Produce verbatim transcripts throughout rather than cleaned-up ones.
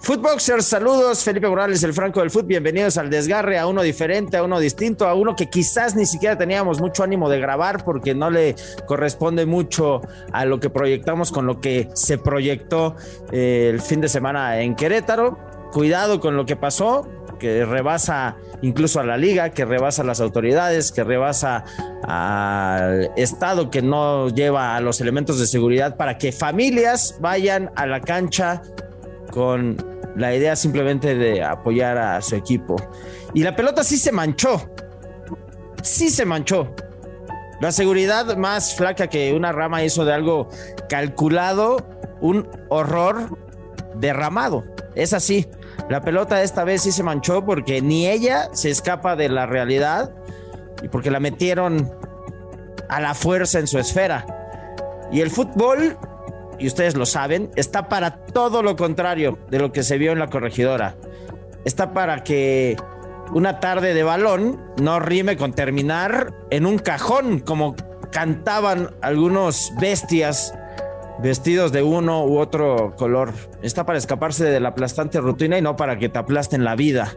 Footboxers, saludos, Felipe Morales, el Franco del Fut, bienvenidos al desgarre, a uno diferente, a uno distinto, a uno que quizás ni siquiera teníamos mucho ánimo de grabar porque no le corresponde mucho a lo que proyectamos con lo que se proyectó eh, el fin de semana en Querétaro. Cuidado con lo que pasó, que rebasa incluso a la liga, que rebasa a las autoridades, que rebasa al Estado, que no lleva a los elementos de seguridad para que familias vayan a la cancha con la idea simplemente de apoyar a su equipo. Y la pelota sí se manchó, sí se manchó. La seguridad más flaca que una rama hizo de algo calculado, un horror derramado. Es así. La pelota esta vez sí se manchó porque ni ella se escapa de la realidad y porque la metieron a la fuerza en su esfera. Y el fútbol, y ustedes lo saben, está para todo lo contrario de lo que se vio en la Corregidora. Está para que una tarde de balón no rime con terminar en un cajón, como cantaban algunos bestias vestidos de uno u otro color. Está para escaparse de la aplastante rutina y no para que te aplasten la vida.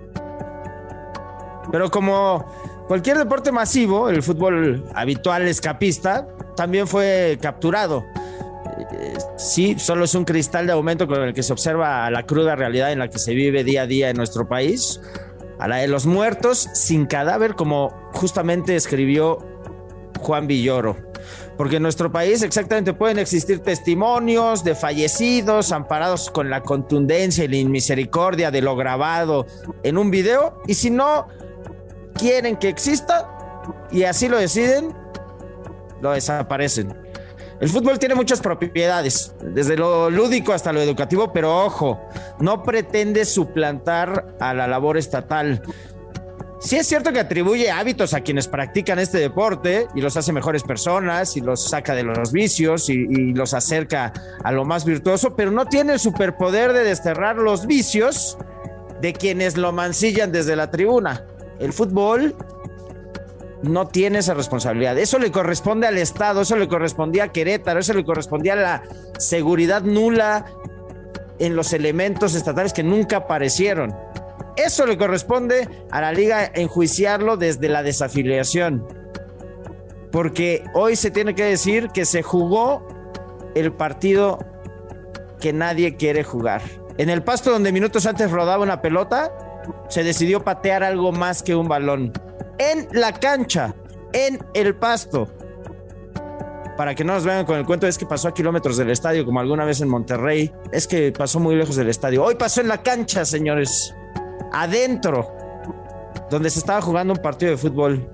Pero como cualquier deporte masivo, el fútbol habitual escapista también fue capturado. Sí, solo es un cristal de aumento con el que se observa la cruda realidad en la que se vive día a día en nuestro país, a la de los muertos sin cadáver, como justamente escribió Juan Villoro. Porque en nuestro país exactamente pueden existir testimonios de fallecidos amparados con la contundencia y la inmisericordia de lo grabado en un video, y si no quieren que exista y así lo deciden, lo desaparecen. El fútbol tiene muchas propiedades, desde lo lúdico hasta lo educativo, pero ojo, no pretende suplantar a la labor estatal. Sí es cierto que atribuye hábitos a quienes practican este deporte y los hace mejores personas y los saca de los vicios y, y los acerca a lo más virtuoso, pero no tiene el superpoder de desterrar los vicios de quienes lo mancillan desde la tribuna. El fútbol no tiene esa responsabilidad. Eso le corresponde al Estado, eso le correspondía a Querétaro, eso le correspondía a la seguridad nula en los elementos estatales que nunca aparecieron. Eso le corresponde a la liga enjuiciarlo desde la desafiliación. Porque hoy se tiene que decir que se jugó el partido que nadie quiere jugar. En el pasto donde minutos antes rodaba una pelota, se decidió patear algo más que un balón. En la cancha, en el pasto. Para que no nos vengan con el cuento, es que pasó a kilómetros del estadio, como alguna vez en Monterrey. Es que pasó muy lejos del estadio. Hoy pasó en la cancha, señores. Adentro, donde se estaba jugando un partido de fútbol.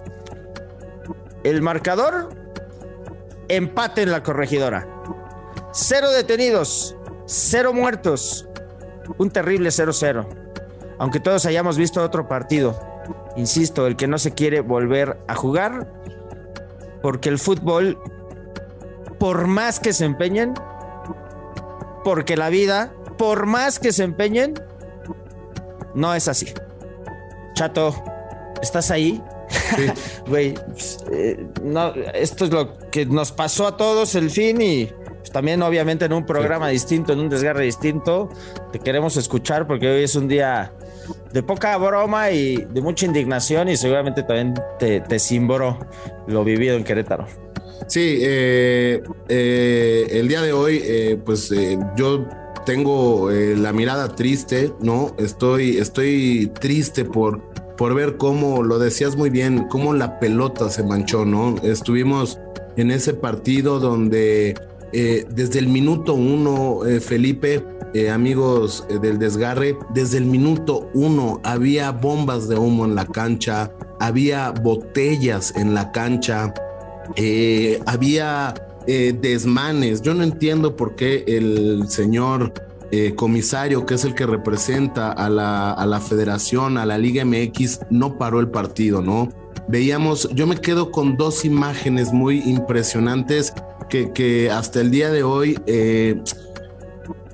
El marcador, empate en la Corregidora. Cero detenidos, cero muertos. Un terrible cero cero. Aunque todos hayamos visto otro partido. Insisto, el que no se quiere volver a jugar, porque el fútbol, por más que se empeñen, porque la vida, por más que se empeñen, no es así. Chato, ¿estás ahí? Sí. Güey, eh, no, esto es lo que nos pasó a todos el fin y pues, también obviamente en un programa sí. distinto, en un desgarre distinto, te queremos escuchar porque hoy es un día de poca broma y de mucha indignación y seguramente también te, te cimbró lo vivido en Querétaro. Sí, eh, eh, el día de hoy, eh, pues eh, yo tengo eh, la mirada triste, ¿no? Estoy, estoy triste por, por ver cómo, lo decías muy bien, cómo la pelota se manchó, ¿no? Estuvimos en ese partido donde eh, desde el minuto uno, eh, Felipe, eh, amigos eh, del desgarre, desde el minuto uno había bombas de humo en la cancha, había botellas en la cancha, eh, había... Eh, desmanes. Yo no entiendo por qué el señor eh, comisario, que es el que representa a la, a la federación, a la Liga M X, no paró el partido, ¿no? Veíamos, yo me quedo con dos imágenes muy impresionantes que, que hasta el día de hoy eh,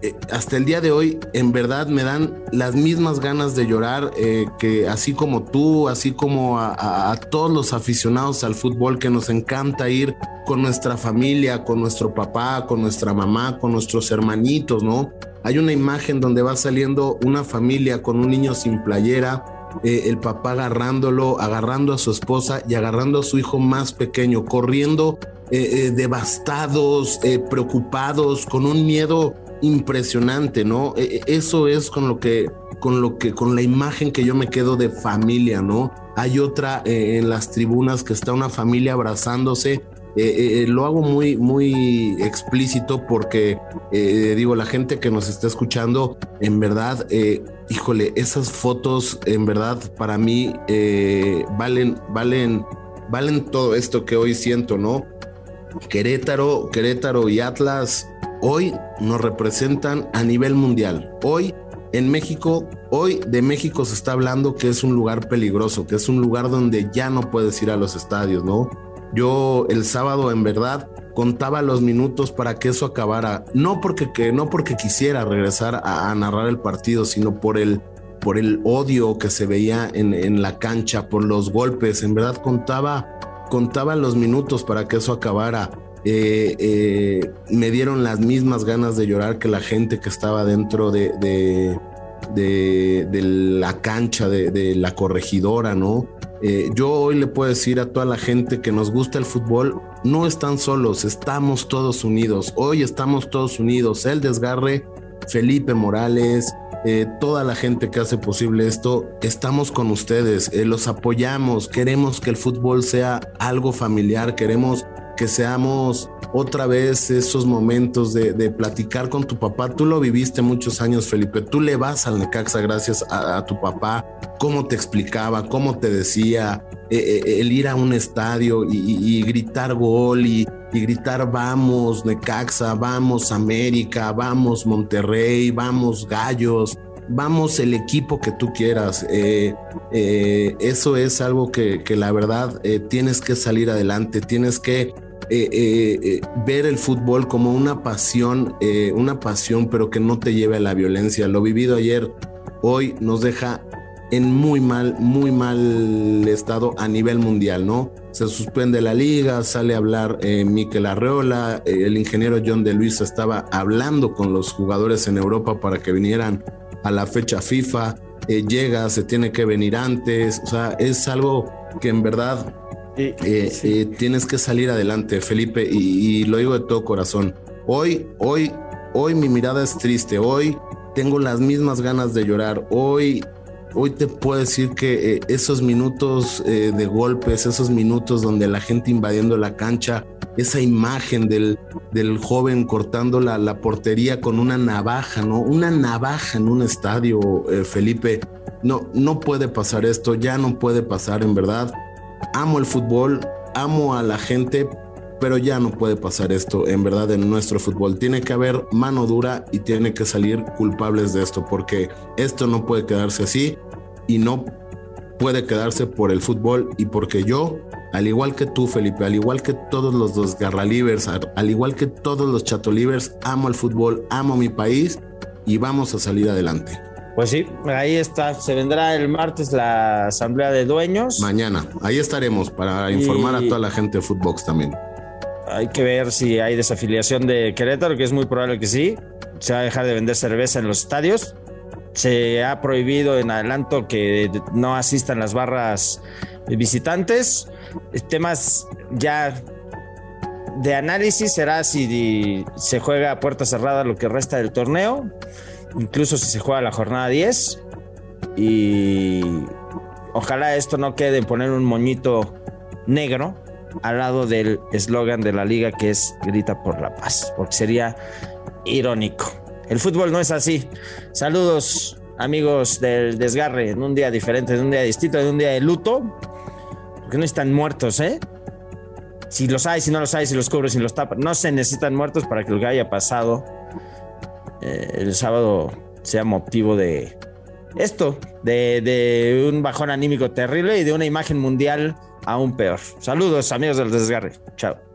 eh, hasta el día de hoy, en verdad me dan las mismas ganas de llorar, eh, que así como tú, así como a, a, a todos los aficionados al fútbol, que nos encanta ir con nuestra familia, con nuestro papá, con nuestra mamá, con nuestros hermanitos, ¿no? Hay una imagen donde va saliendo una familia con un niño sin playera, eh, el papá agarrándolo, agarrando a su esposa y agarrando a su hijo más pequeño, corriendo eh, eh, devastados, eh, preocupados, con un miedo impresionante, ¿no? Eh, eso es con lo que, con lo que, con la imagen que yo me quedo de familia, ¿no? Hay otra eh, en las tribunas que está una familia abrazándose. Eh, eh, lo hago muy, muy explícito porque, eh, digo, la gente que nos está escuchando, en verdad, eh, híjole, esas fotos, en verdad, para mí, eh, valen, valen, valen todo esto que hoy siento, ¿no? Querétaro, Querétaro y Atlas hoy nos representan a nivel mundial. Hoy, en México, hoy de México se está hablando que es un lugar peligroso, que es un lugar donde ya no puedes ir a los estadios, ¿no? Yo el sábado en verdad contaba los minutos para que eso acabara, no porque, que, no porque quisiera regresar a, a narrar el partido, sino por el, por el odio que se veía en, en la cancha, por los golpes. En verdad contaba, contaba los minutos para que eso acabara. Eh, eh, me dieron las mismas ganas de llorar que la gente que estaba dentro de, de, de, de la cancha, de, de la corregidora, ¿no? Eh, yo hoy le puedo decir a toda la gente que nos gusta el fútbol, no están solos, estamos todos unidos. Hoy estamos todos unidos. El Desgarre, Felipe Morales, eh, toda la gente que hace posible esto, estamos con ustedes, eh, los apoyamos, queremos que el fútbol sea algo familiar, queremos que seamos otra vez esos momentos de, de platicar con tu papá. Tú lo viviste muchos años, Felipe, tú le vas al Necaxa gracias a, a tu papá, cómo te explicaba, cómo te decía, eh, eh, el ir a un estadio y, y, y gritar gol y, y gritar vamos Necaxa, vamos América, vamos Monterrey, vamos Gallos, vamos el equipo que tú quieras. Eh, eh, eso es algo que, que la verdad eh, tienes que salir adelante, tienes que Eh, eh, eh, ver el fútbol como una pasión, eh, una pasión, pero que no te lleve a la violencia. Lo vivido ayer, hoy nos deja en muy mal, muy mal estado a nivel mundial, ¿no? Se suspende la liga, sale a hablar eh, Mikel Arreola, eh, el ingeniero John de Luisa estaba hablando con los jugadores en Europa para que vinieran a la fecha FIFA, eh, llega, se tiene que venir antes, o sea, es algo que en verdad Eh, sí. eh, tienes que salir adelante, Felipe, y, y lo digo de todo corazón. Hoy, hoy, hoy mi mirada es triste, hoy tengo las mismas ganas de llorar, hoy, hoy te puedo decir que eh, esos minutos eh, de golpes, esos minutos donde la gente invadiendo la cancha, esa imagen del, del joven cortando la, la portería con una navaja, ¿no? Una navaja en un estadio, eh, Felipe, no, no puede pasar esto, ya no puede pasar, en verdad. Amo el fútbol, amo a la gente, pero ya no puede pasar esto, en verdad, en nuestro fútbol. Tiene que haber mano dura y tiene que salir culpables de esto, porque esto no puede quedarse así y no puede quedarse por el fútbol y porque yo, al igual que tú, Felipe, al igual que todos los Desgarralivers, al igual que todos los Chatolivers, amo el fútbol, amo mi país y vamos a salir adelante. Pues sí, ahí está. Se vendrá el martes la asamblea de dueños. Mañana, ahí estaremos para informar y a toda la gente de Footbox también. Hay que ver si hay desafiliación de Querétaro, que es muy probable que sí. Se va a dejar de vender cerveza en los estadios. Se ha prohibido en adelanto que no asistan las barras visitantes. Temas ya de análisis será si se juega a puerta cerrada lo que resta del torneo, incluso si se juega la jornada diez, y ojalá esto no quede en poner un moñito negro al lado del eslogan de la liga, que es grita por la paz, porque sería irónico. El fútbol no es así. Saludos, amigos del Desgarre, en un día diferente, en un día distinto, en un día de luto, porque no están muertos, ¿eh? Si los hay, si no los hay, si los cubren, si los tapan, no se necesitan muertos para que lo que haya pasado eh, el sábado sea motivo de esto, de, de un bajón anímico terrible y de una imagen mundial aún peor. Saludos, amigos del Desgarre. Chao.